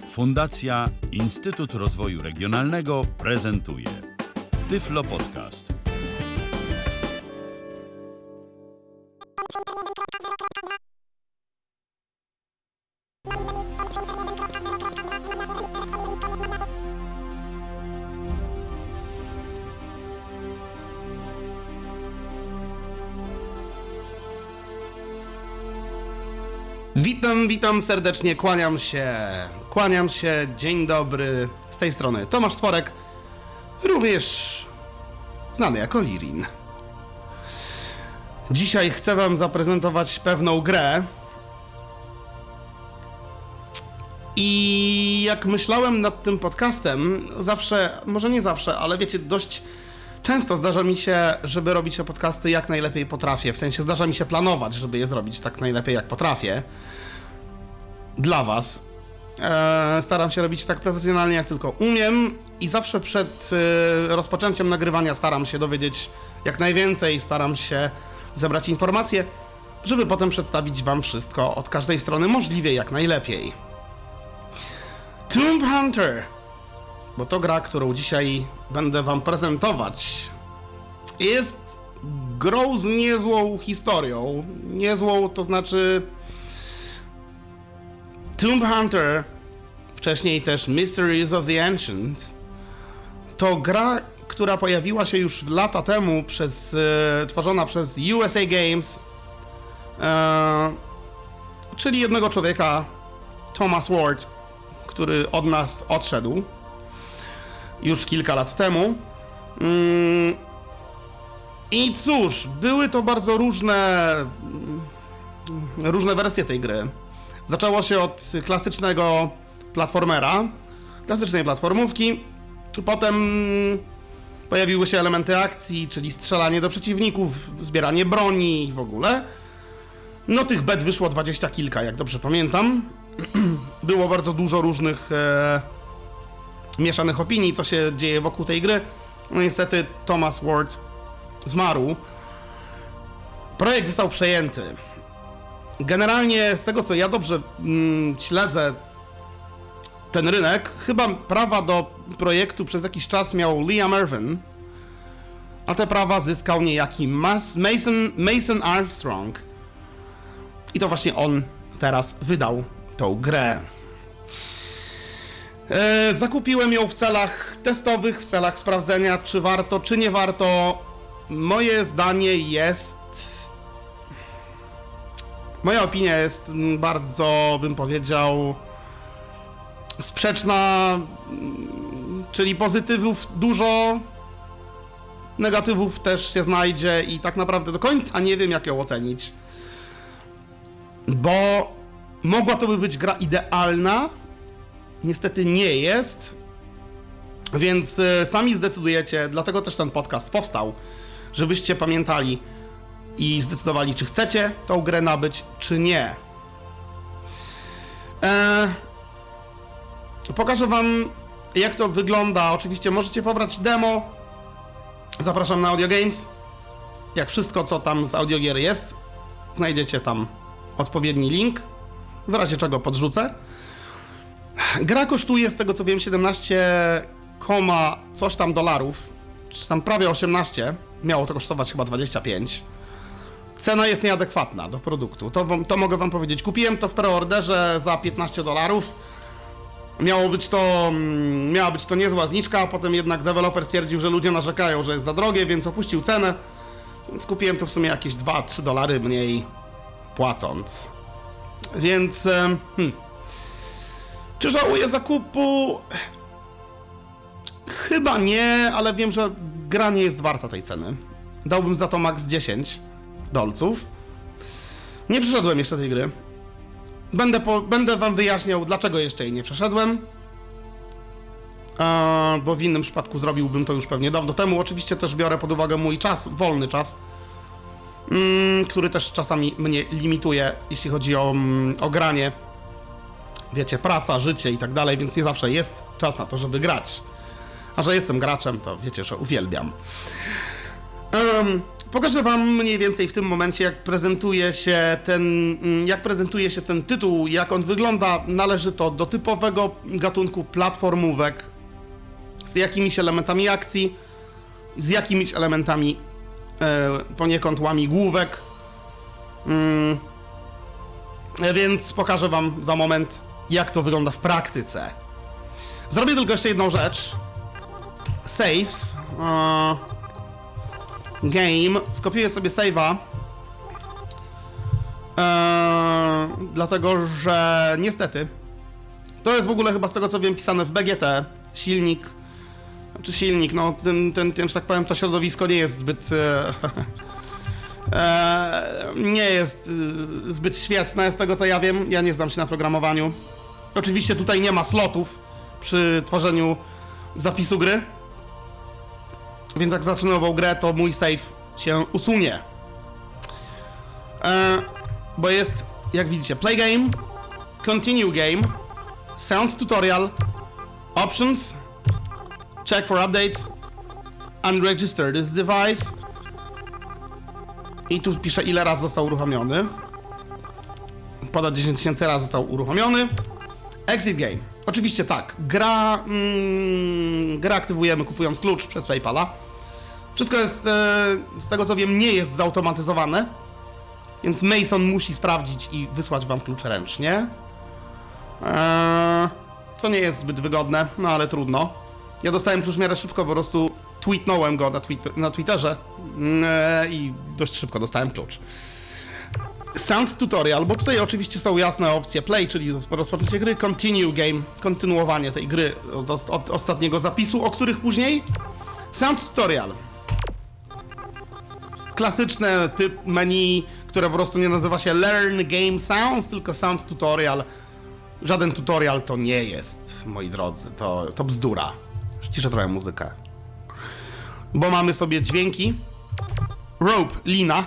Fundacja Instytut Rozwoju Regionalnego prezentuje Tyflo Podcast. Witam serdecznie, kłaniam się, dzień dobry, z tej strony Tomasz Tworek, również znany jako Lirin. Dzisiaj chcę wam zaprezentować pewną grę i jak myślałem nad tym podcastem, zawsze, może nie zawsze, ale wiecie, dość często zdarza mi się, żeby robić te podcasty jak najlepiej potrafię. W sensie zdarza mi się planować, żeby je zrobić tak najlepiej jak potrafię. Dla was. Staram się robić tak profesjonalnie jak tylko umiem i zawsze przed rozpoczęciem nagrywania staram się dowiedzieć jak najwięcej, staram się zebrać informacje, żeby potem przedstawić wam wszystko od każdej strony możliwie jak najlepiej. Tomb Hunter, bo to gra, którą dzisiaj będę wam prezentować, jest grą z niezłą historią. Niezłą to znaczy Tomb Hunter, wcześniej też Mysteries of the Ancient, to gra, która pojawiła się już lata temu tworzona przez USA Games, czyli jednego człowieka, Thomas Ward, który od nas odszedł już kilka lat temu. I cóż, były to bardzo różne wersje tej gry. Zaczęło się od klasycznego platformera, klasycznej platformówki, potem pojawiły się elementy akcji, czyli strzelanie do przeciwników, zbieranie broni i w ogóle. No tych bet wyszło 20 kilka, jak dobrze pamiętam. Było bardzo dużo różnych mieszanych opinii, co się dzieje wokół tej gry. No niestety Thomas Ward zmarł. Projekt został przejęty. Generalnie z tego, co ja dobrze śledzę ten rynek, chyba prawa do projektu przez jakiś czas miał Liam Irvin, a te prawa zyskał niejaki Mason Armstrong. I to właśnie on teraz wydał tą grę. Zakupiłem ją w celach testowych, w celach sprawdzenia, czy warto, czy nie warto. Moja opinia jest bardzo, bym powiedział, sprzeczna, czyli pozytywów dużo, negatywów też się znajdzie i tak naprawdę do końca nie wiem, jak ją ocenić. Bo mogła to by być gra idealna, niestety nie jest, więc sami zdecydujecie, dlatego też ten podcast powstał, żebyście pamiętali i zdecydowali, czy chcecie tą grę nabyć, czy nie. Pokażę wam, jak to wygląda. Oczywiście możecie pobrać demo. Zapraszam na Audio Games. Jak wszystko, co tam z audiogier jest, znajdziecie tam odpowiedni link. W razie czego podrzucę. Gra kosztuje, z tego co wiem, 17, coś tam dolarów, czy tam prawie 18. Miało to kosztować chyba 25. Cena jest nieadekwatna do produktu, to mogę wam powiedzieć. Kupiłem to w preorderze za 15 dolarów. Miała być to niezła zniżka, a potem jednak deweloper stwierdził, że ludzie narzekają, że jest za drogie, więc opuścił cenę. Więc kupiłem to w sumie jakieś 2-3 dolary mniej płacąc. Więc... Czy żałuję zakupu? Chyba nie, ale wiem, że gra nie jest warta tej ceny. Dałbym za to max 10 dolców. Nie przeszedłem jeszcze tej gry. Będę wam wyjaśniał, dlaczego jeszcze jej nie przeszedłem. Bo w innym przypadku zrobiłbym to już pewnie dawno temu. Oczywiście też biorę pod uwagę mój czas, wolny czas, który też czasami mnie limituje, jeśli chodzi o granie. Wiecie, praca, życie i tak dalej, więc nie zawsze jest czas na to, żeby grać. A że jestem graczem, to wiecie, że uwielbiam. Pokażę wam mniej więcej w tym momencie, jak prezentuje się ten tytuł, jak on wygląda. Należy to do typowego gatunku platformówek z jakimiś elementami akcji, z jakimiś elementami poniekąd łamigłówek. Więc pokażę wam za moment, jak to wygląda w praktyce. Zrobię tylko jeszcze jedną rzecz. Saves. Game. Skopiuję sobie save'a. Dlatego, że niestety to jest w ogóle chyba z tego co wiem pisane w BGT. Silnik, no ten, że tak powiem, to środowisko nie jest zbyt nie jest zbyt świetne z tego co ja wiem. Ja nie znam się na programowaniu. Oczywiście tutaj nie ma slotów przy tworzeniu zapisu gry. Więc jak zacznę nową grę, to mój save się usunie. Bo jest, jak widzicie, play game, continue game, sound tutorial, options, check for updates, unregister this device. I tu pisze, ile razy został uruchomiony. Ponad 10 000 razy został uruchomiony. Exit game. Oczywiście tak, grę aktywujemy kupując klucz przez PayPala. Wszystko jest, z tego co wiem, nie jest zautomatyzowane, więc Mason musi sprawdzić i wysłać wam klucz ręcznie. Co nie jest zbyt wygodne, no ale trudno. Ja dostałem klucz w miarę szybko, po prostu tweetnąłem go na Twitterze i dość szybko dostałem klucz. Sound tutorial, bo tutaj oczywiście są jasne opcje play, czyli rozpoczęcie gry, continue game, kontynuowanie tej gry od ostatniego zapisu, o których później. Sound tutorial. Klasyczne typ menu, które po prostu nie nazywa się Learn Game Sounds, tylko Sound Tutorial. Żaden tutorial to nie jest, moi drodzy, to bzdura. Ściszę trochę muzykę. Bo mamy sobie dźwięki. Rope, lina.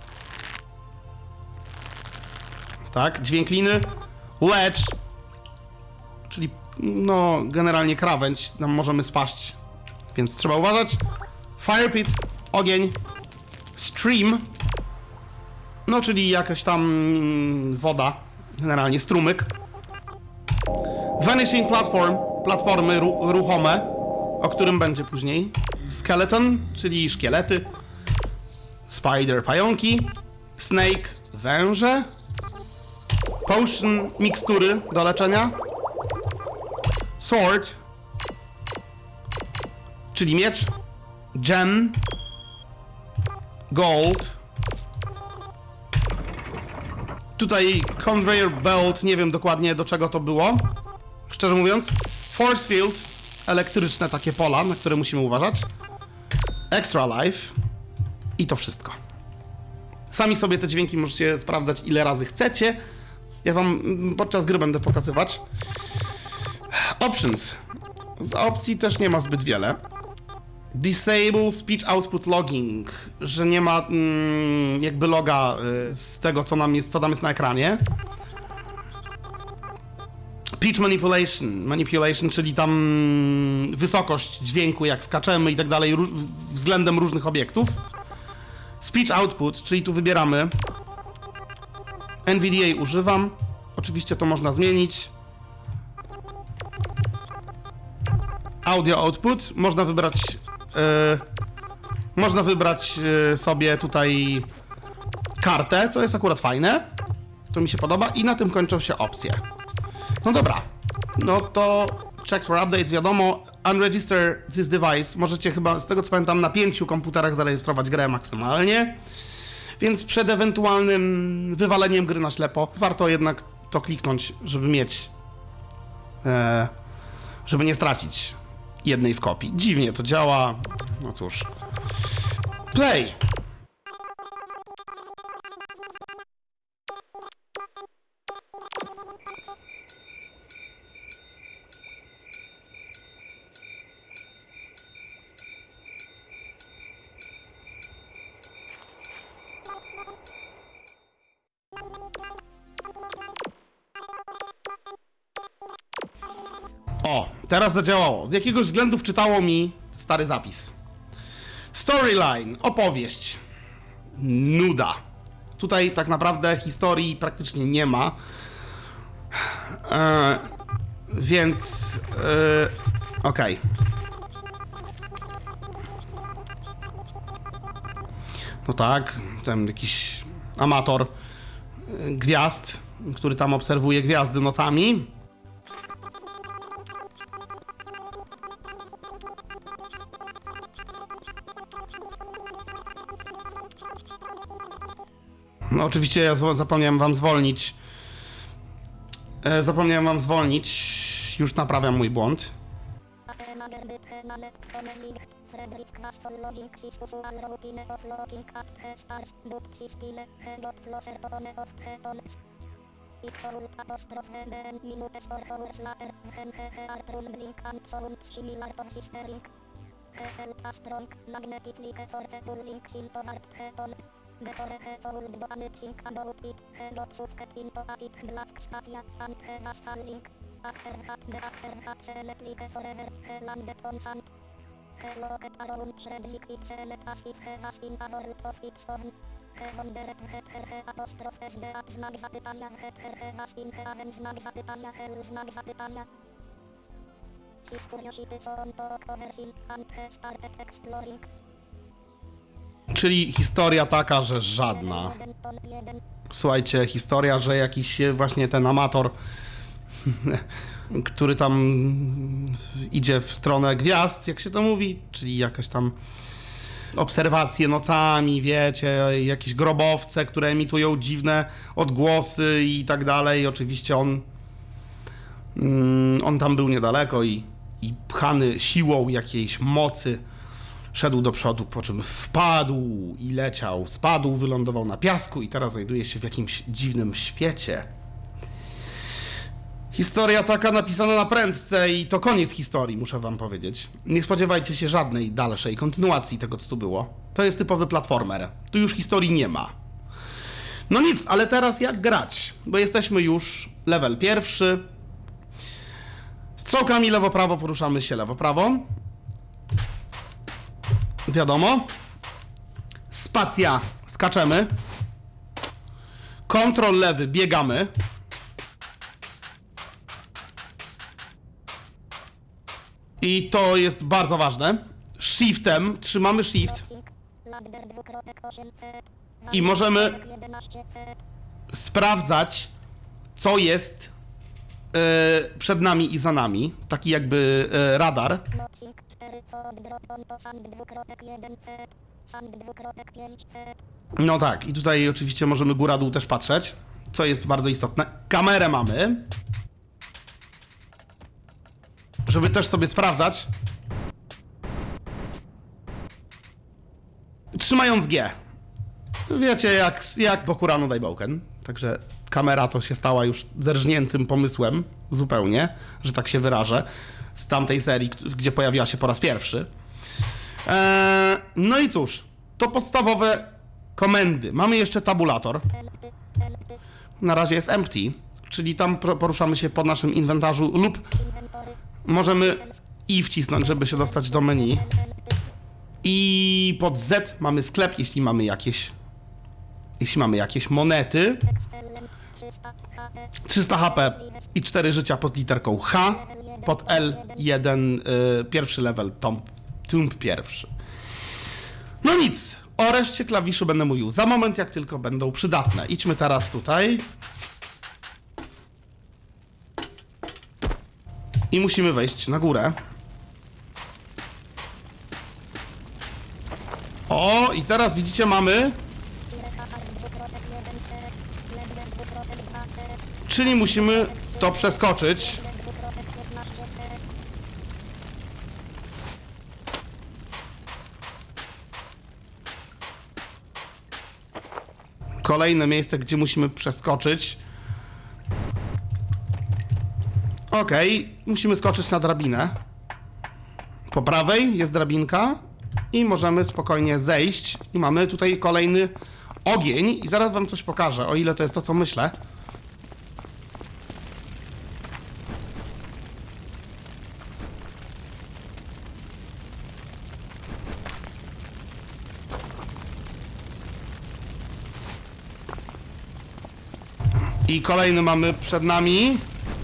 Tak, dźwięk liny. Ledge, czyli no generalnie krawędź, tam możemy spaść, więc trzeba uważać. Fire pit, ogień. Stream, no czyli jakaś tam woda, generalnie strumyk. Vanishing platform, platformy ruchome, o którym będzie później. Skeleton, czyli szkielety. Spider, pająki. Snake, węże. Potion, mikstury do leczenia. Sword, czyli miecz. Gem. Gold. Tutaj conveyor belt, nie wiem dokładnie do czego to było, szczerze mówiąc. Force field, elektryczne takie pola, na które musimy uważać. Extra life. I to wszystko. Sami sobie te dźwięki możecie sprawdzać ile razy chcecie. Ja wam podczas gry będę pokazywać. Options. Z opcji też nie ma zbyt wiele. Disable speech output logging, że nie ma jakby loga z tego, co tam jest na ekranie. Pitch manipulation, czyli tam wysokość dźwięku, jak skaczemy i tak dalej, względem różnych obiektów. Speech output, czyli tu wybieramy. NVDA używam. Oczywiście to można zmienić. Audio output, można wybrać sobie tutaj kartę, co jest akurat fajne. To mi się podoba i na tym kończą się opcje. No dobra, no to check for updates, wiadomo, unregister this device. Możecie chyba, z tego co pamiętam, na 5 komputerach zarejestrować grę maksymalnie. Więc przed ewentualnym wywaleniem gry na ślepo warto jednak to kliknąć, żeby mieć, żeby nie stracić jednej z kopii. Dziwnie to działa, no cóż. Play. O, teraz zadziałało. Z jakiegoś względu wczytało mi stary zapis. Storyline, opowieść. Nuda. Tutaj tak naprawdę historii praktycznie nie ma. Więc... okej. No tak, ten jakiś amator gwiazd, który tam obserwuje gwiazdy nocami. No oczywiście ja zapomniałem wam zwolnić. Już naprawiam mój błąd. Czyli historia taka, że żadna. Słuchajcie, historia, że jakiś właśnie ten amator, który tam idzie w stronę gwiazd, jak się to mówi, czyli jakaś tam obserwacje nocami, wiecie, jakieś grobowce, które emitują dziwne odgłosy i tak dalej. Oczywiście on tam był niedaleko i pchany siłą jakiejś mocy szedł do przodu, po czym wpadł i leciał, spadł, wylądował na piasku i teraz znajduje się w jakimś dziwnym świecie. Historia taka napisana na prędce i to koniec historii, muszę wam powiedzieć. Nie spodziewajcie się żadnej dalszej kontynuacji tego, co tu było. To jest typowy platformer. Tu już historii nie ma. No nic, ale teraz jak grać? Bo jesteśmy już level 1. Strzałkami lewo-prawo poruszamy się lewo-prawo. Wiadomo. Spacja, skaczemy. Kontrol lewy, biegamy. I to jest bardzo ważne. Shiftem, trzymamy shift. I możemy sprawdzać, co jest przed nami i za nami. Taki jakby radar. No tak, i tutaj oczywiście możemy góra-dół też patrzeć, co jest bardzo istotne. Kamerę mamy, żeby też sobie sprawdzać. Trzymając G. Wiecie, jak Bokurano Daibouken. Także kamera to się stała już zerżniętym pomysłem, zupełnie, że tak się wyrażę, z tamtej serii, gdzie pojawiła się po raz pierwszy. No i cóż, to podstawowe komendy. Mamy jeszcze tabulator. Na razie jest empty, czyli tam poruszamy się po naszym inwentarzu lub możemy i wcisnąć, żeby się dostać do menu. I pod Z mamy sklep, jeśli mamy jakieś monety. 300 HP i 4 życia pod literką H. Pod L1 pierwszy level, tomb pierwszy. No nic, o reszcie klawiszu będę mówił za moment, jak tylko będą przydatne. Idźmy teraz tutaj. I musimy wejść na górę. O, i teraz widzicie, mamy... Czyli musimy to przeskoczyć. Kolejne miejsce, gdzie musimy przeskoczyć. Okej, musimy skoczyć na drabinę. Po prawej jest drabinka i możemy spokojnie zejść. I mamy tutaj kolejny ogień i zaraz wam coś pokażę, o ile to jest to, co myślę. I kolejny mamy przed nami.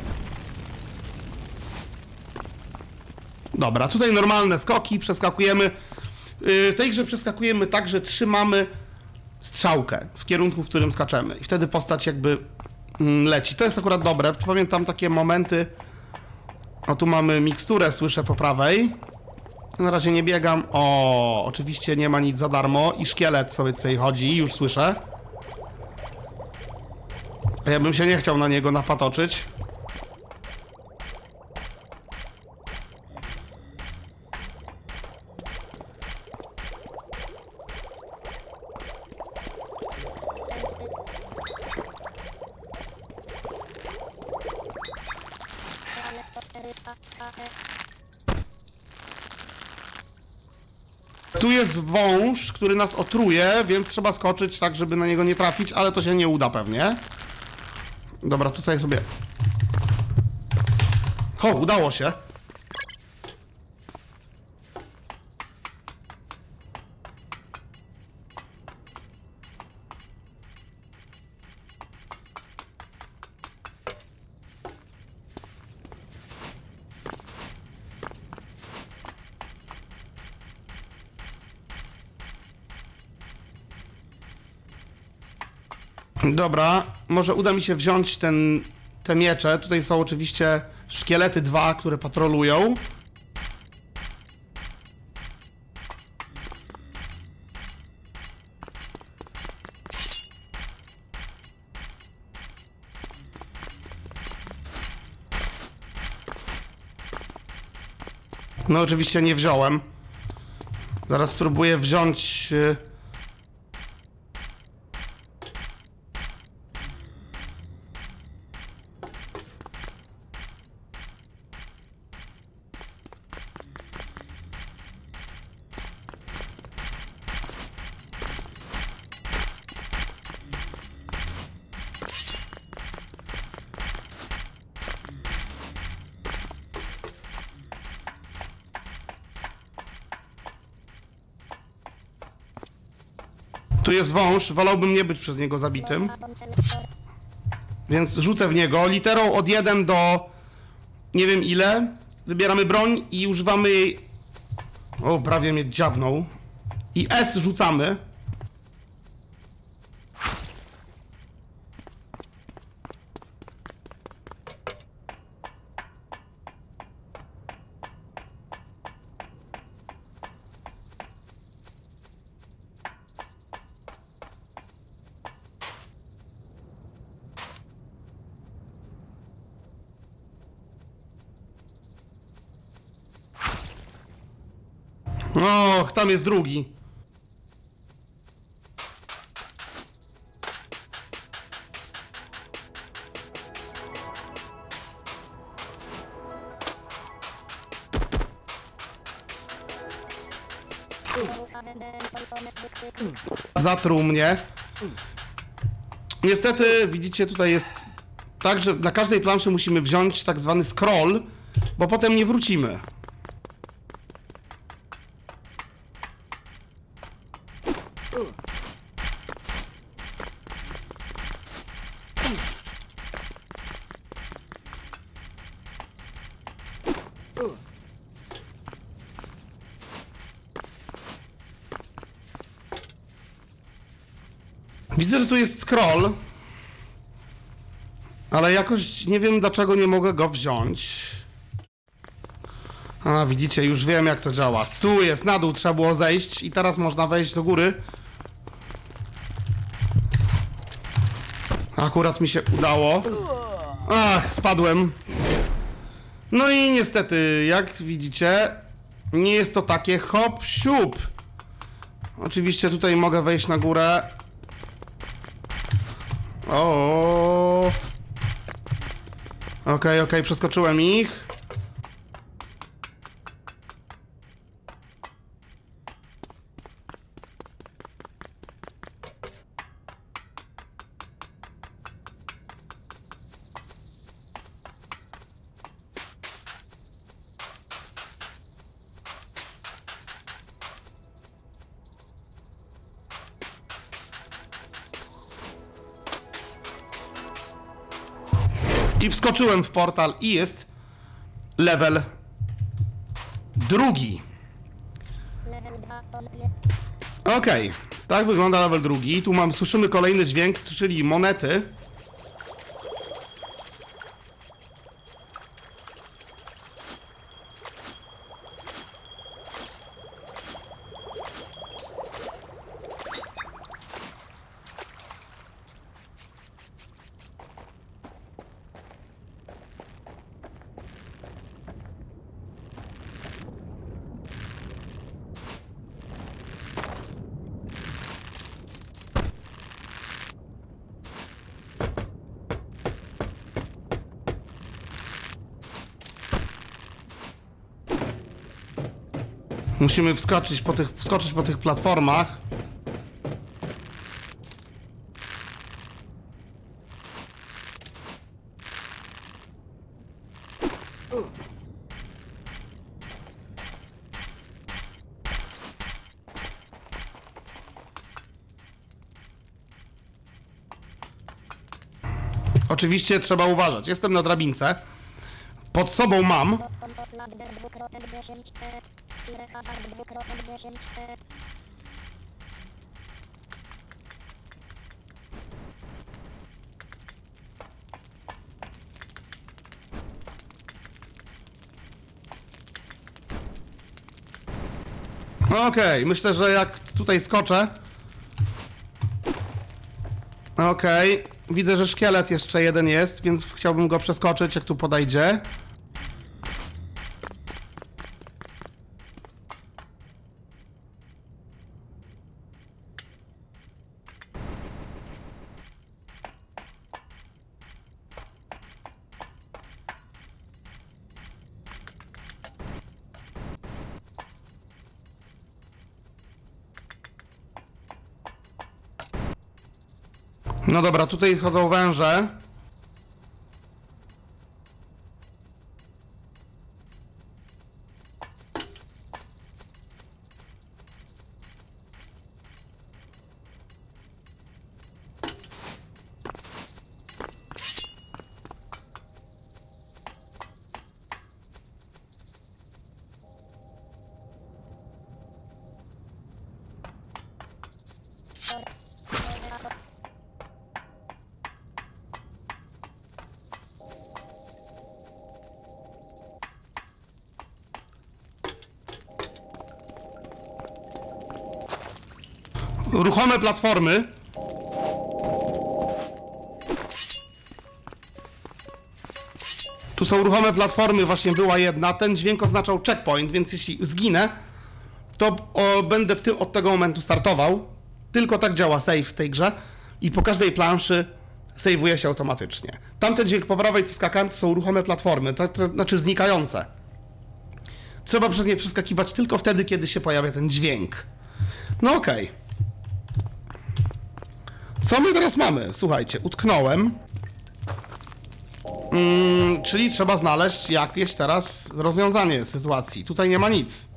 Dobra, tutaj normalne skoki, przeskakujemy. W tej grze przeskakujemy tak, że trzymamy strzałkę w kierunku, w którym skaczemy. I wtedy postać jakby leci. To jest akurat dobre. Pamiętam takie momenty. O, tu mamy miksturę, słyszę po prawej. Na razie nie biegam. O, oczywiście nie ma nic za darmo. I szkielet sobie tutaj chodzi, już słyszę. A ja bym się nie chciał na niego napatoczyć. Tu jest wąż, który nas otruje, więc trzeba skoczyć tak, żeby na niego nie trafić, ale to się nie uda pewnie. Dobra, tu sobie... O, udało się. Dobra, może uda mi się wziąć te miecze. Tutaj są oczywiście szkielety 2, które patrolują. No oczywiście nie wziąłem. Zaraz spróbuję wziąć... Tu jest wąż, wolałbym nie być przez niego zabitym. Więc rzucę w niego literą od 1 do nie wiem ile. Wybieramy broń i używamy jej... O, prawie mnie dziabnął. I S rzucamy. Och, tam jest drugi. Zatruł mnie. Niestety, widzicie, tutaj jest tak, że na każdej planszy musimy wziąć tak zwany scroll, bo potem nie wrócimy. Widzę, że tu jest scroll, ale jakoś nie wiem, dlaczego nie mogę go wziąć. A, widzicie, już wiem, jak to działa. Tu jest, na dół trzeba było zejść i teraz można wejść do góry. Akurat mi się udało. Ach, spadłem. No i niestety, jak widzicie, nie jest to takie hop siup. Oczywiście tutaj mogę wejść na górę. O. Okej, przeskoczyłem ich. I wskoczyłem w portal i jest level 2. Okej, tak wygląda level 2. Tu słyszymy kolejny dźwięk, czyli monety. Musimy wskoczyć po tych platformach. Oczywiście trzeba uważać. Jestem na drabince. Pod sobą mam... Okej, myślę, że jak tutaj skoczę... Okej, widzę, że szkielet jeszcze jeden jest, więc chciałbym go przeskoczyć, jak tu podejdzie. No dobra, tutaj chodzą węże. Ruchome platformy. Tu są ruchome platformy, właśnie była jedna. Ten dźwięk oznaczał checkpoint, więc jeśli zginę, to będę od tego momentu startował. Tylko tak działa save w tej grze. I po każdej planszy save'uje się automatycznie. Tamten dźwięk po prawej, co skakałem, to są ruchome platformy, to znaczy znikające. Trzeba przez nie przeskakiwać tylko wtedy, kiedy się pojawia ten dźwięk. No okej. Co my teraz mamy? Słuchajcie, utknąłem. Czyli trzeba znaleźć jakieś teraz rozwiązanie sytuacji. Tutaj nie ma nic.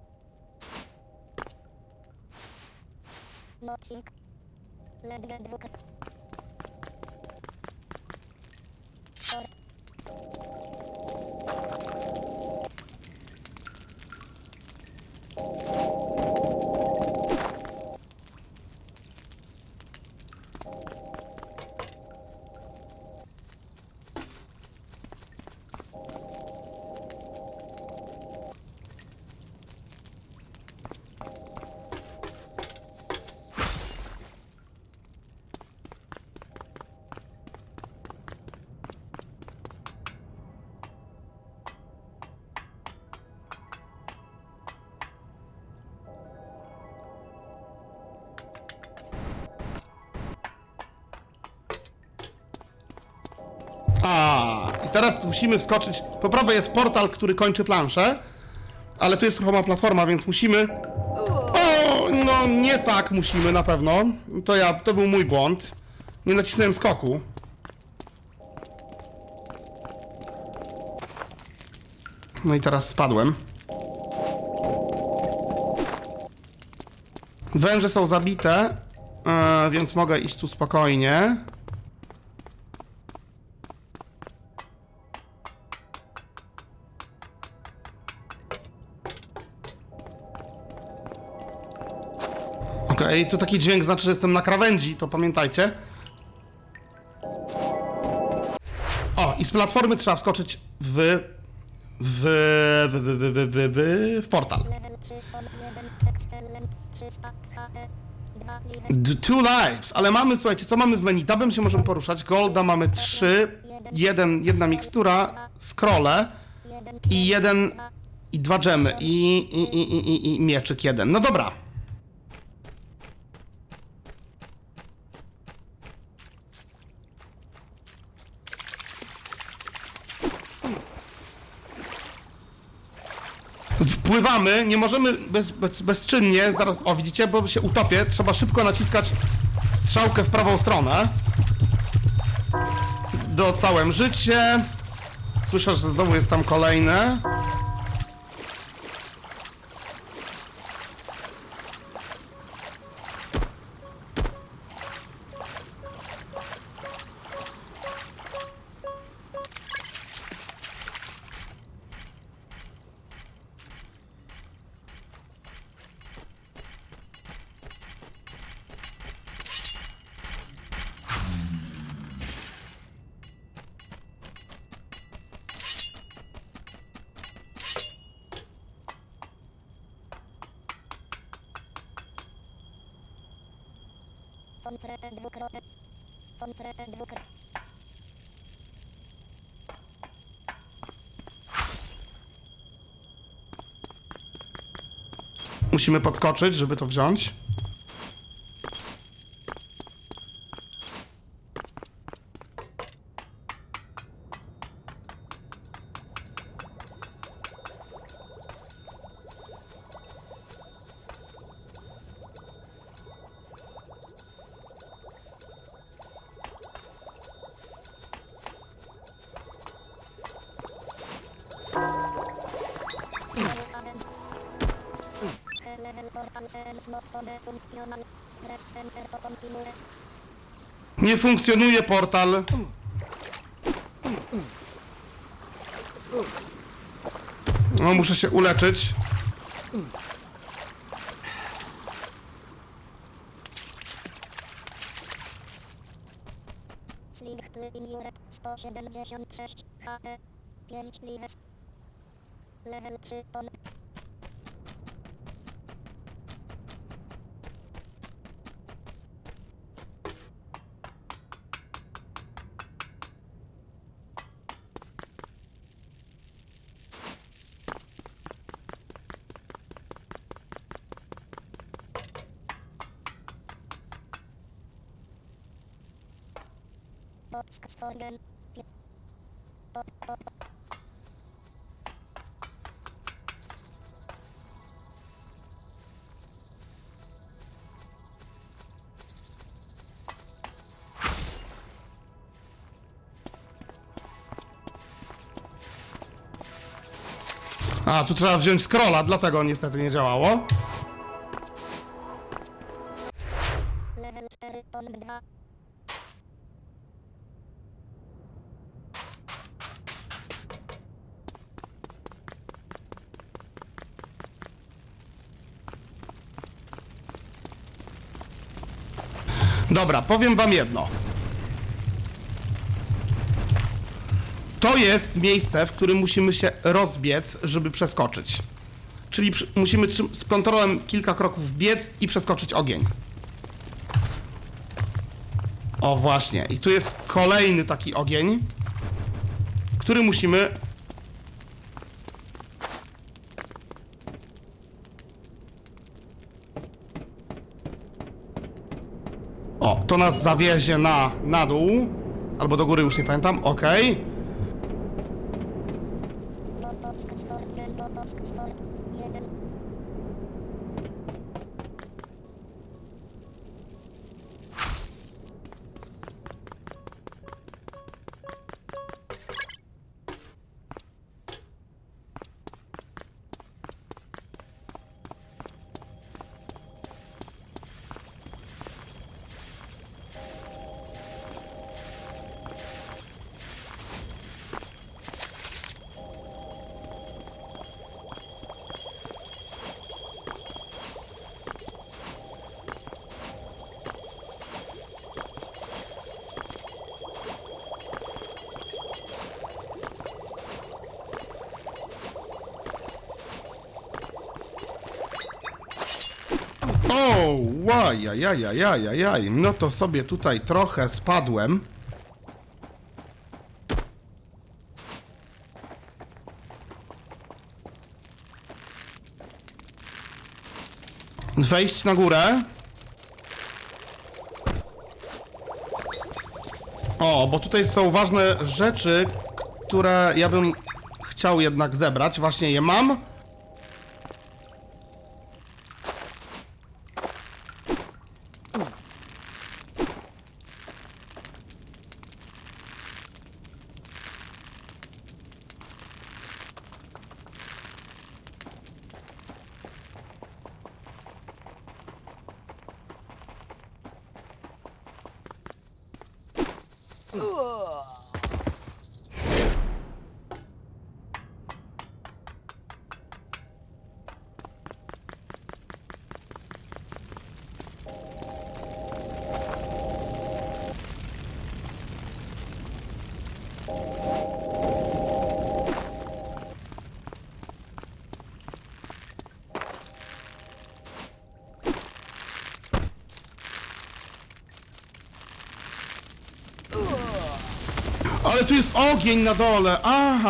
I teraz musimy wskoczyć. Po prawej jest portal, który kończy planszę. Ale tu jest ruchoma platforma, więc musimy... O, no nie tak musimy na pewno. To był mój błąd. Nie nacisnąłem skoku. No i teraz spadłem. Węże są zabite, więc mogę iść tu spokojnie. Okej, to taki dźwięk znaczy, że jestem na krawędzi, to pamiętajcie. O, i z platformy trzeba wskoczyć w portal. Two lives, ale mamy, słuchajcie, co mamy w menu? Tabem się możemy poruszać, golda mamy 3, jedna mikstura, scrolle i 2 dżemy i mieczyk 1. No dobra. Wpływamy, nie możemy bezczynnie, zaraz, o widzicie, bo się utopię, trzeba szybko naciskać strzałkę w prawą stronę. Docałem życie. Słyszę, że znowu jest tam kolejne. Musimy podskoczyć, żeby to wziąć. Nie funkcjonuje portal. No, muszę się uleczyć. Sling 176 HP 5 lives level 3 ton. A, tu trzeba wziąć scrolla, dlatego niestety nie działało. Level 4 ton 2. Dobra, powiem wam jedno. To jest miejsce, w którym musimy się rozbiec, żeby przeskoczyć. Czyli musimy z kontrolem kilka kroków biec i przeskoczyć ogień. O właśnie, i tu jest kolejny taki ogień, który musimy... O, to nas zawiezie na dół, albo do góry, już nie pamiętam, okej. O, łajajajajajajaj. No to sobie tutaj trochę spadłem. Wejść na górę. O, bo tutaj są ważne rzeczy, które ja bym chciał jednak zebrać. Właśnie je mam. Ale tu jest ogień na dole. Aha.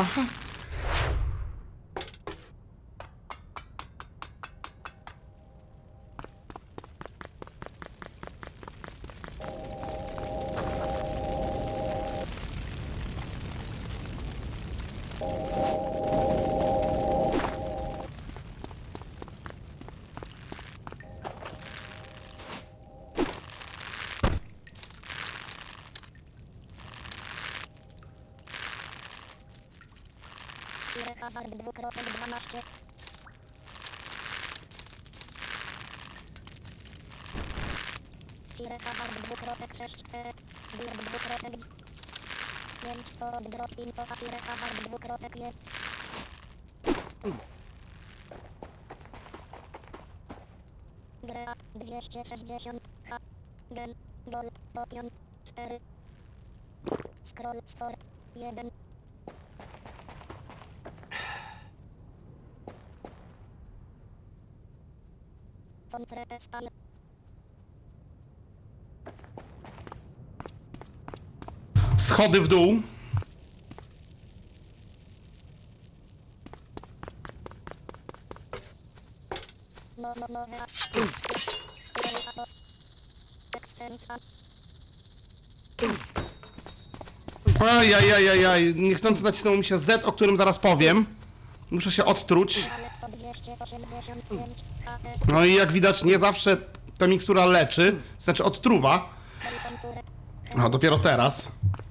Hazard 2x12. Fire Hazard 2x6. Bird 2x 5 pod drop info a Fire Hazard 2x1. Great 260 H. Gen. Gold. Potion 4. Scroll Sport 1. Schody w dół. Ajajajajaj, niechcący nacisnął mi się Z, o którym zaraz powiem. Muszę się odtruć. No i jak widać, nie zawsze ta mikstura leczy, znaczy odtruwa. No, dopiero teraz.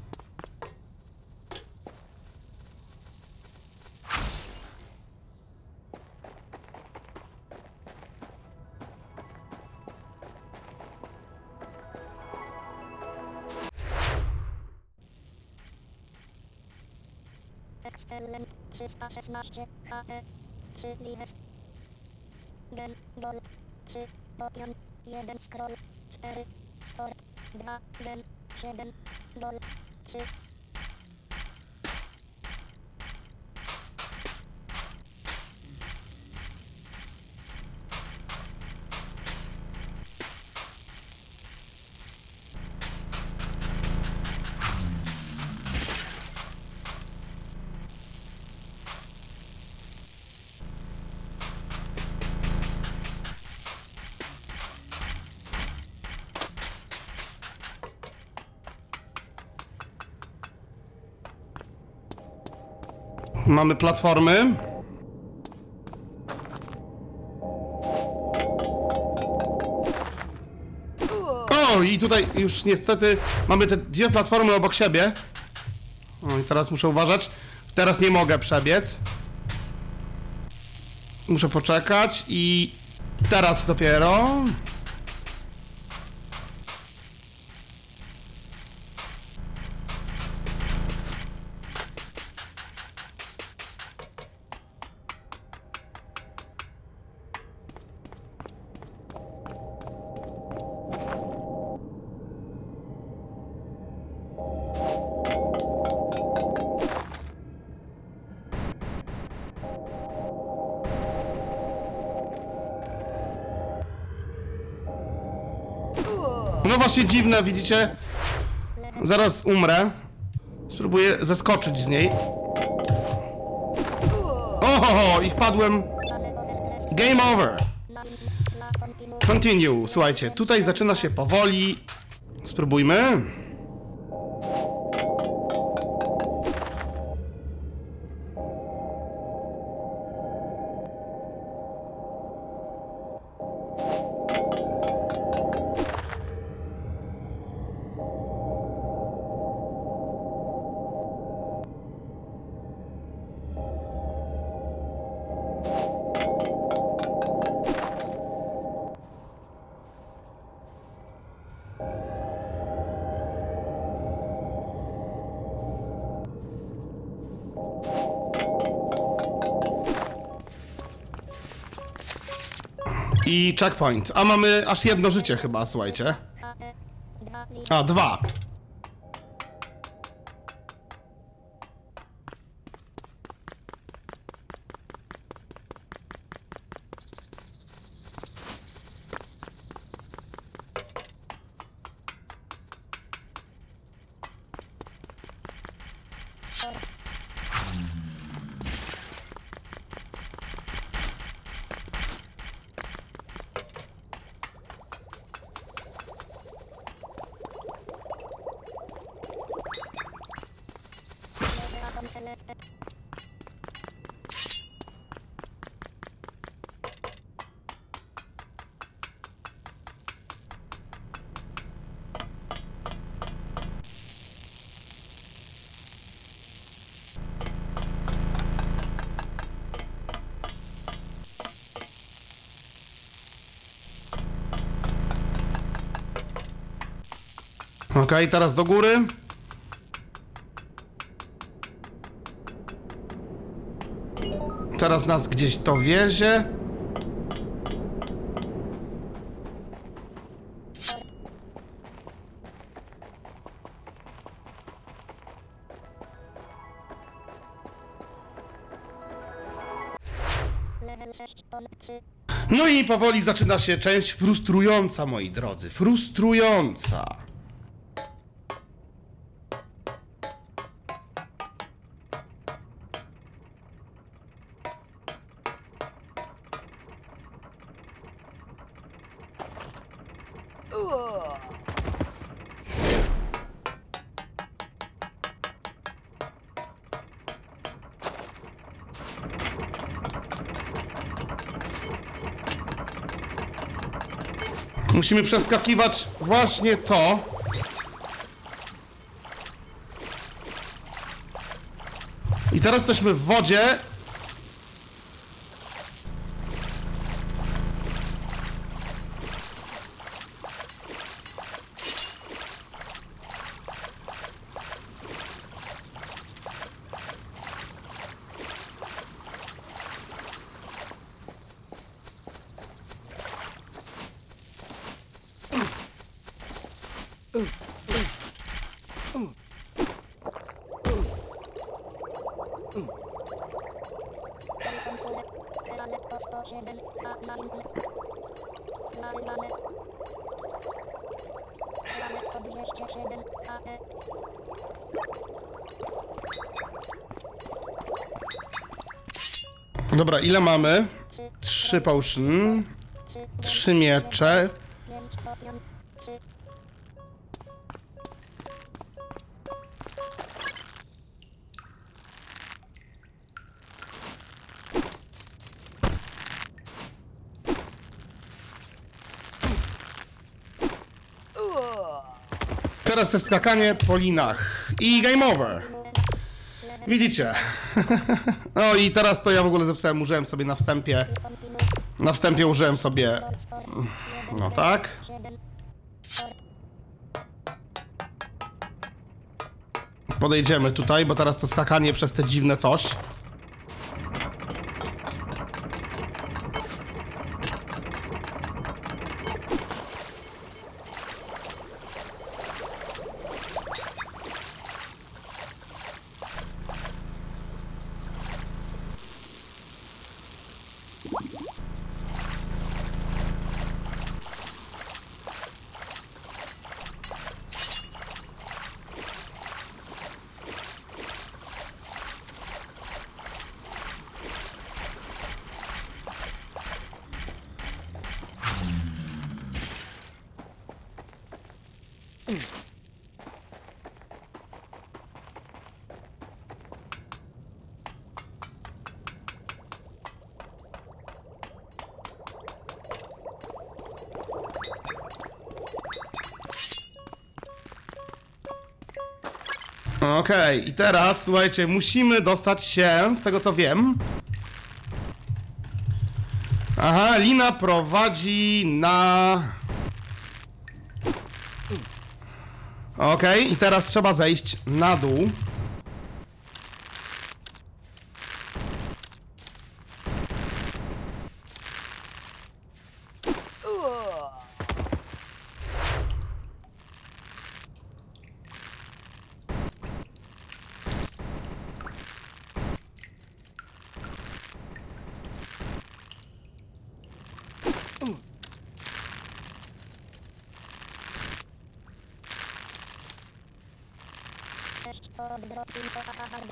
Excellent 316 HP 3 lives Gen Gold 3 Potion 1 Scroll 4 Sport 2 Gen 7 Gold 3 Mamy platformy. O, i tutaj już niestety mamy te dwie platformy obok siebie. O, i teraz muszę uważać. Teraz nie mogę przebiec. Muszę poczekać i teraz dopiero. No właśnie dziwne, widzicie? Zaraz umrę. Spróbuję zeskoczyć z niej. Oho, i wpadłem. Game over. Continue. Słuchajcie, tutaj zaczyna się powoli. Spróbujmy. I checkpoint. A mamy aż jedno życie chyba, słuchajcie. A, 2. Okej, teraz do góry. Teraz nas gdzieś to wiezie. No i powoli zaczyna się część frustrująca, moi drodzy. Frustrująca. Musimy przeskakiwać właśnie to. I teraz jesteśmy w wodzie. Dobra, ile mamy? 3 potion, 3 miecze. Teraz jest skakanie po linach i game over. Widzicie? No i teraz to ja w ogóle zepsułem, użyłem sobie na wstępie. Na wstępie użyłem sobie. No tak. Podejdziemy tutaj, bo teraz to skakanie przez te dziwne coś. Okej, i teraz, słuchajcie, musimy dostać się, z tego co wiem... Aha, lina prowadzi na... Okej, i teraz trzeba zejść na dół. Cześć, to dropping to hazard.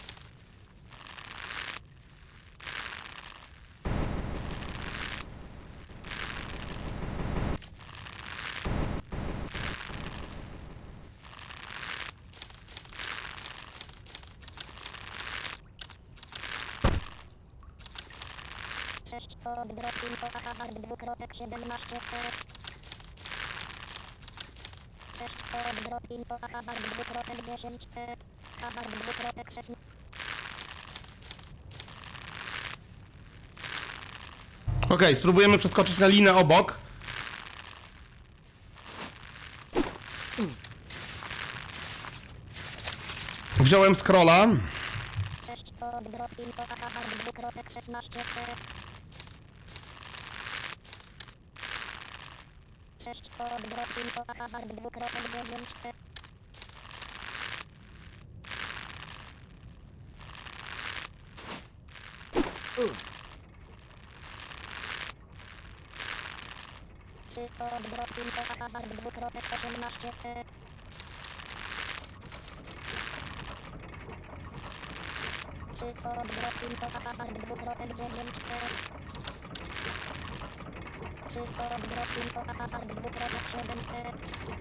Cześć, to dropping to hazard 2.17. Cześć, to dropping to hazard 2.10. Hazard 2.16. Okej, spróbujemy przeskoczyć na linę obok. Wziąłem scrolla. Cześć, to dropping to hazard 2.16. Cześć, to dropping to hazard 2.9. Czy to dropping to hazard 2.18. Czy to dropping to hazard 2.9. Czy to dropping to hazard 2.7.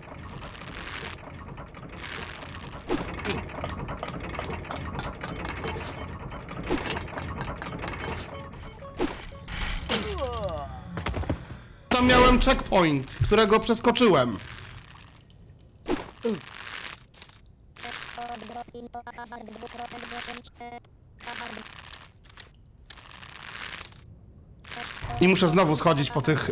Tam miałem checkpoint, którego przeskoczyłem. I muszę znowu schodzić po tych...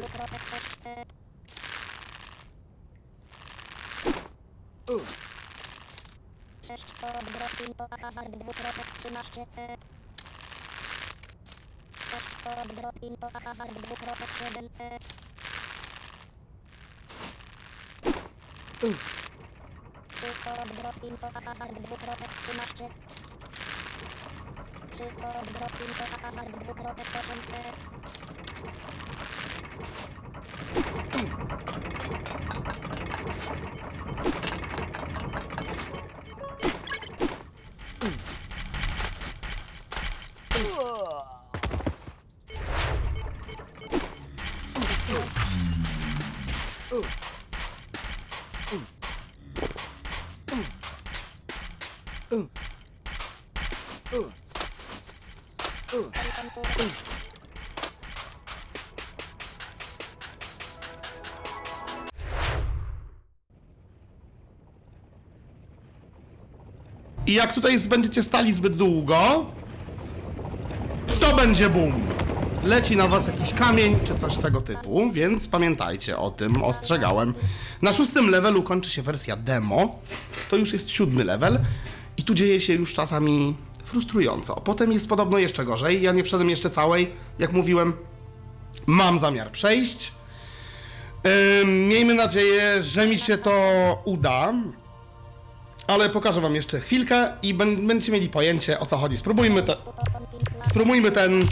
I jak tutaj będziecie stali zbyt długo, to będzie boom. Leci na was jakiś kamień, czy coś tego typu, więc pamiętajcie o tym, ostrzegałem. Na 6. levelu kończy się wersja demo, to już jest 7. level i tu dzieje się już czasami frustrująco. Potem jest podobno jeszcze gorzej, ja nie przeszedłem jeszcze całej, jak mówiłem, mam zamiar przejść. Miejmy nadzieję, że mi się to uda, ale pokażę wam jeszcze chwilkę i będziecie mieli pojęcie, o co chodzi. Spróbujmy ten...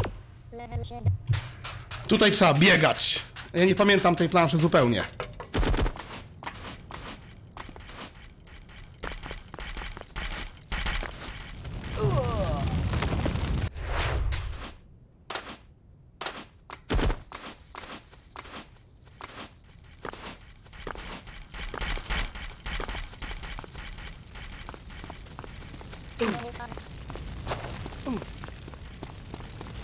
Tutaj trzeba biegać. Ja nie pamiętam tej planszy zupełnie.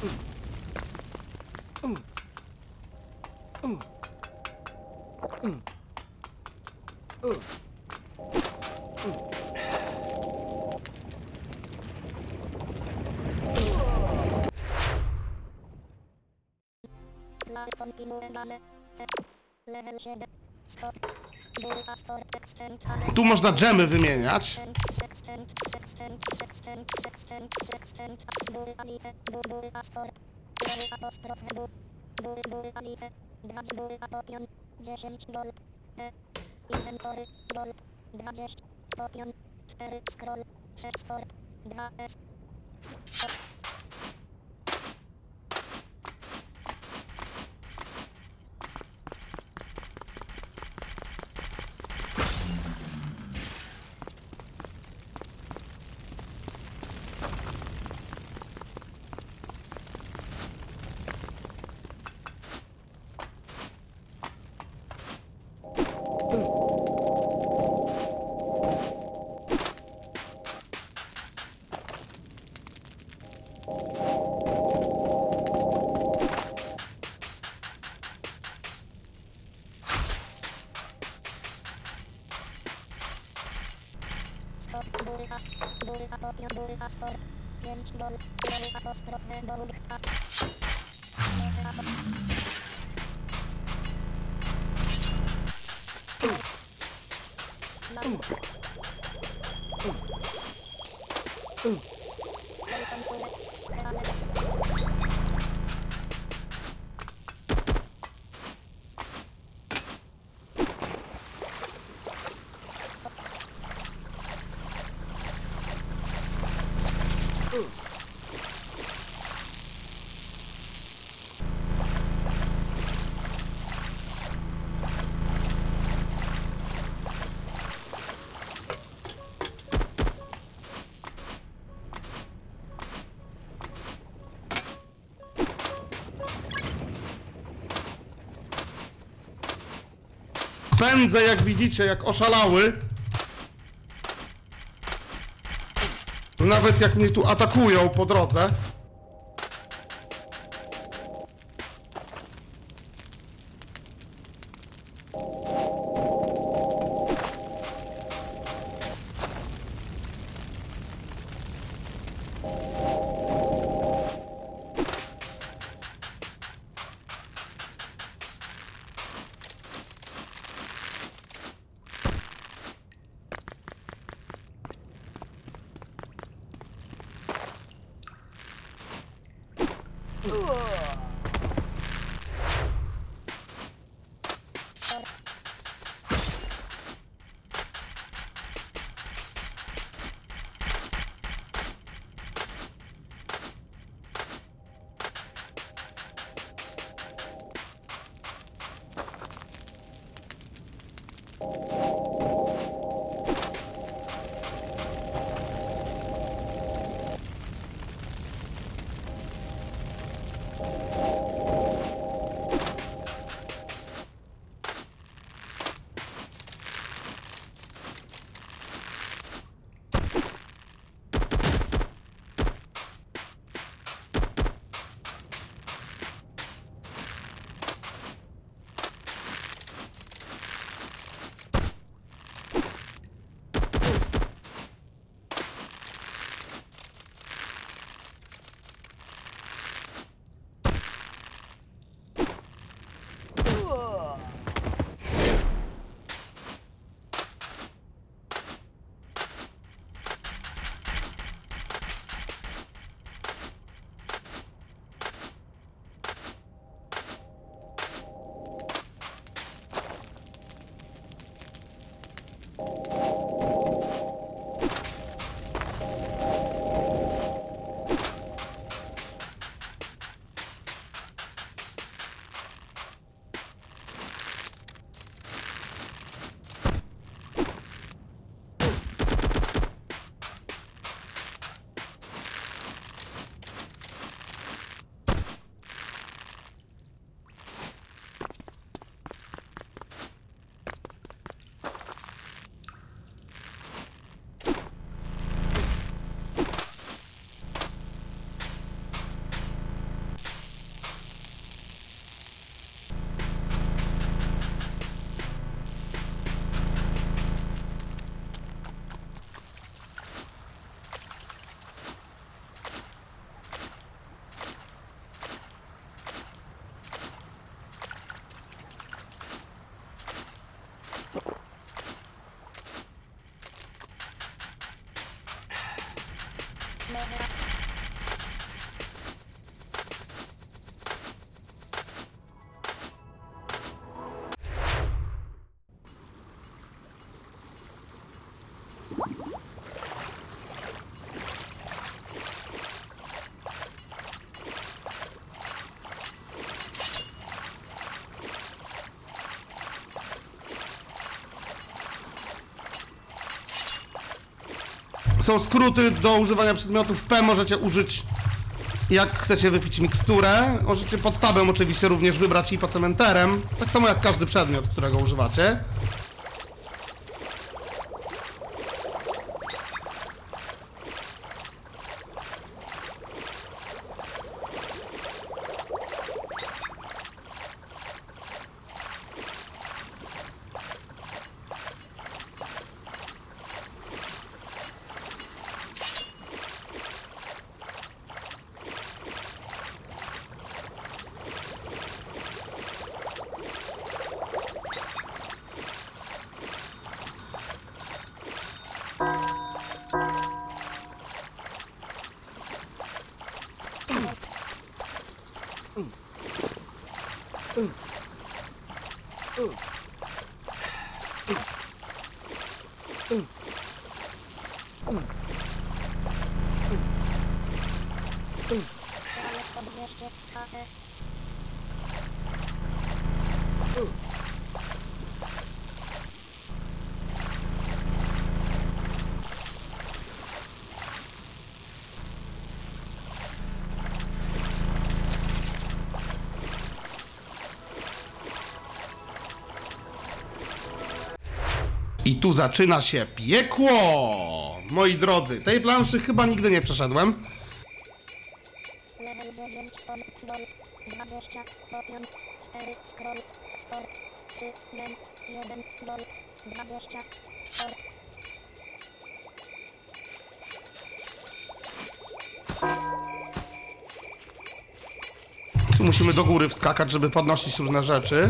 Level 7. Stop. Bull Sport Exchange. Tu można dżemy wymieniać. Bull Alife. Bull Sport. Bull apostrof bull. Bull Alife. 2 bull potion. 10 gold. Inventory. Gold. 20. Potion. 4 scroll. 6 sport. 2 S. Stop. Bull potion. Bull sport. 5 gold. Bull apostrof gold. Pędzę, jak widzicie, jak oszalały. Nawet jak mnie tu atakują po drodze. Są skróty do używania przedmiotów P, możecie użyć jak chcecie wypić miksturę. Możecie pod tabem oczywiście również wybrać i potem enterem. Tak samo jak każdy przedmiot, którego używacie. I tu zaczyna się piekło! Moi drodzy, tej planszy chyba nigdy nie przeszedłem. Level 9, ton, bol, 20, potion, 4, scroll, sport, 3, gen, 1, bol, 20, sport. Tu musimy do góry wskakać, żeby podnosić różne rzeczy.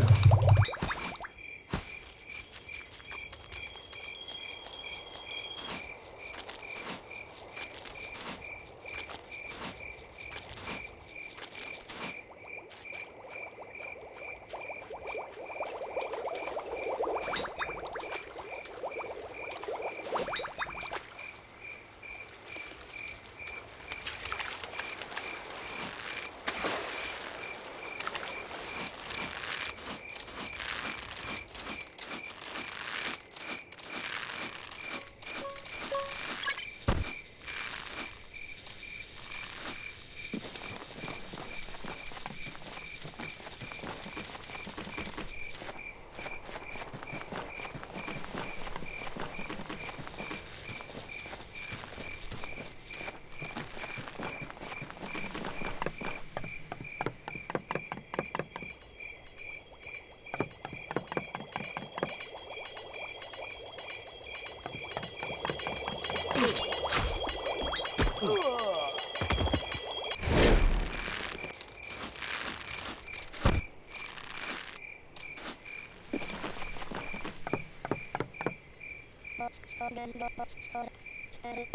Box score, box score, 4.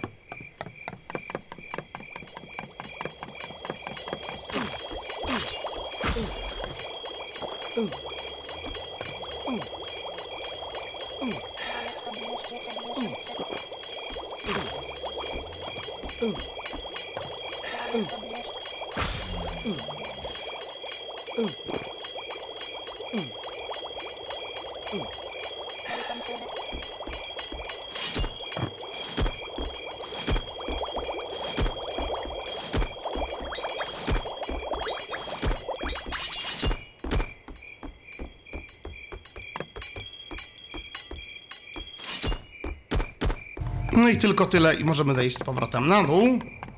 No i tylko tyle i możemy zejść z powrotem na dół.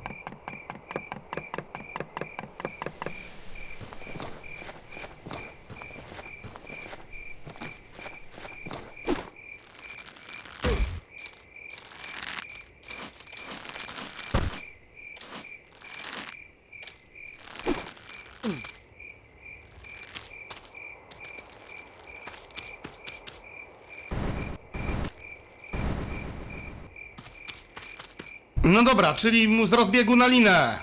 No dobra, czyli z rozbiegu na linę.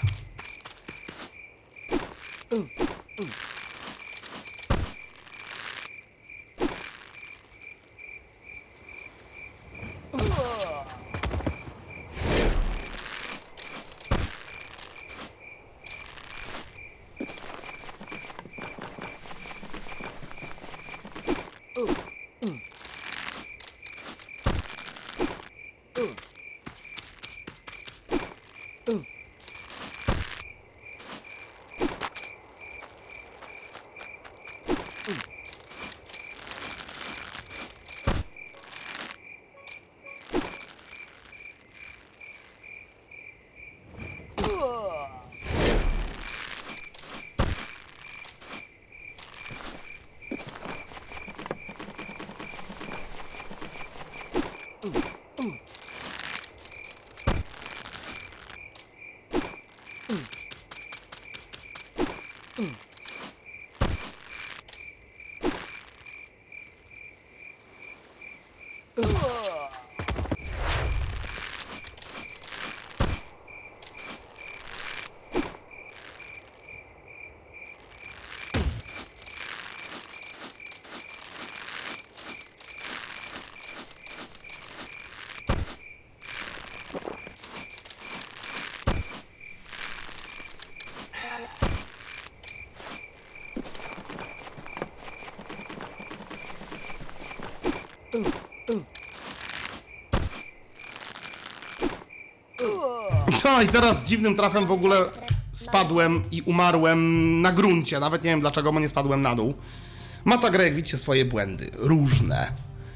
No i teraz dziwnym trafem w ogóle spadłem i umarłem na gruncie. Nawet nie wiem dlaczego, bo nie spadłem na dół. Ma ta gra, jak widzicie, swoje błędy. Różne.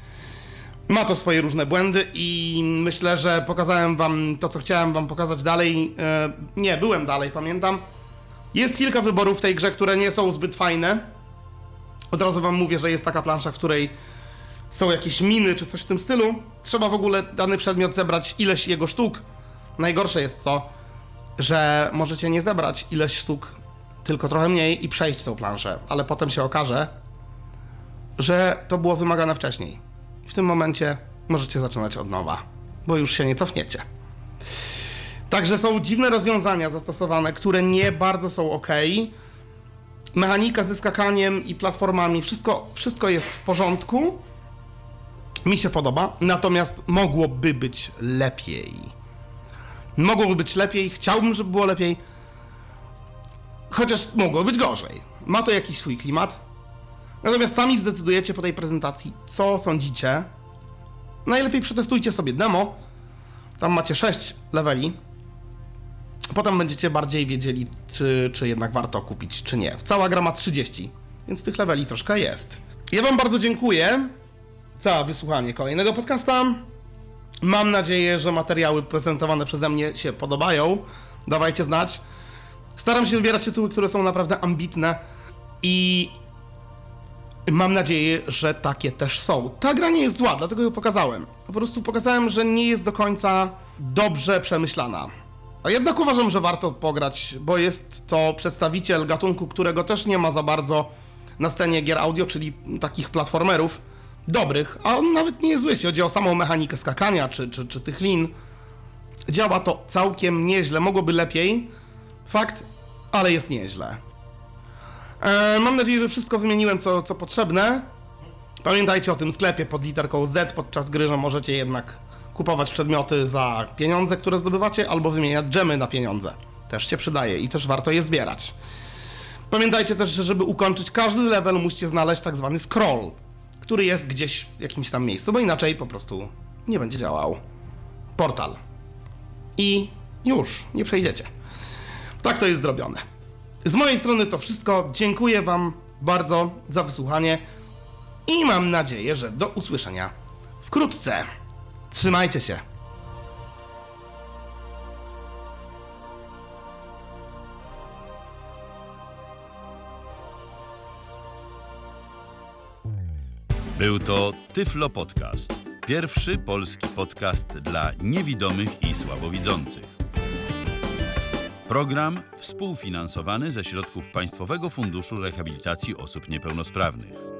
Ma to swoje różne błędy i myślę, że pokazałem wam to, co chciałem wam pokazać dalej. Nie, byłem dalej, pamiętam. Jest kilka wyborów w tej grze, które nie są zbyt fajne. Od razu wam mówię, że jest taka plansza, w której są jakieś miny czy coś w tym stylu. Trzeba w ogóle dany przedmiot zebrać ileś jego sztuk. Najgorsze jest to, że możecie nie zebrać ileś sztuk, tylko trochę mniej i przejść tą planszę, ale potem się okaże, że to było wymagane wcześniej. I w tym momencie możecie zaczynać od nowa, bo już się nie cofniecie. Także są dziwne rozwiązania zastosowane, które nie bardzo są ok. Mechanika ze skakaniem i platformami, wszystko jest w porządku. Mi się podoba, natomiast mogłoby być lepiej. Mogłoby być lepiej, chciałbym, żeby było lepiej, chociaż mogło być gorzej. Ma to jakiś swój klimat. Natomiast sami zdecydujecie po tej prezentacji, co sądzicie. Najlepiej przetestujcie sobie demo. Tam macie 6 leveli. Potem będziecie bardziej wiedzieli, czy jednak warto kupić, czy nie. Cała gra ma 30, więc tych leveli troszkę jest. Ja wam bardzo dziękuję za wysłuchanie kolejnego podcasta. Mam nadzieję, że materiały prezentowane przeze mnie się podobają. Dawajcie znać. Staram się wybierać tytuły, które są naprawdę ambitne i mam nadzieję, że takie też są. Ta gra nie jest zła, dlatego ją pokazałem. Po prostu pokazałem, że nie jest do końca dobrze przemyślana. A jednak uważam, że warto pograć, bo jest to przedstawiciel gatunku, którego też nie ma za bardzo na scenie gier audio, czyli takich platformerów dobrych, a on nawet nie jest zły, jeśli chodzi o samą mechanikę skakania, czy tych lin. Działa to całkiem nieźle, mogłoby lepiej, fakt, ale jest nieźle. Mam nadzieję, że wszystko wymieniłem, co potrzebne. Pamiętajcie o tym sklepie pod literką Z podczas gry, że możecie jednak kupować przedmioty za pieniądze, które zdobywacie, albo wymieniać dżemy na pieniądze. Też się przydaje i też warto je zbierać. Pamiętajcie też, że żeby ukończyć każdy level, musicie znaleźć tak zwany scroll, który jest gdzieś w jakimś tam miejscu, bo inaczej po prostu nie będzie działał portal. I już, nie przejdziecie. Tak to jest zrobione. Z mojej strony to wszystko. Dziękuję wam bardzo za wysłuchanie i mam nadzieję, że do usłyszenia wkrótce. Trzymajcie się. Był to Tyflo Podcast. Pierwszy polski podcast dla niewidomych i słabowidzących. Program współfinansowany ze środków Państwowego Funduszu Rehabilitacji Osób Niepełnosprawnych.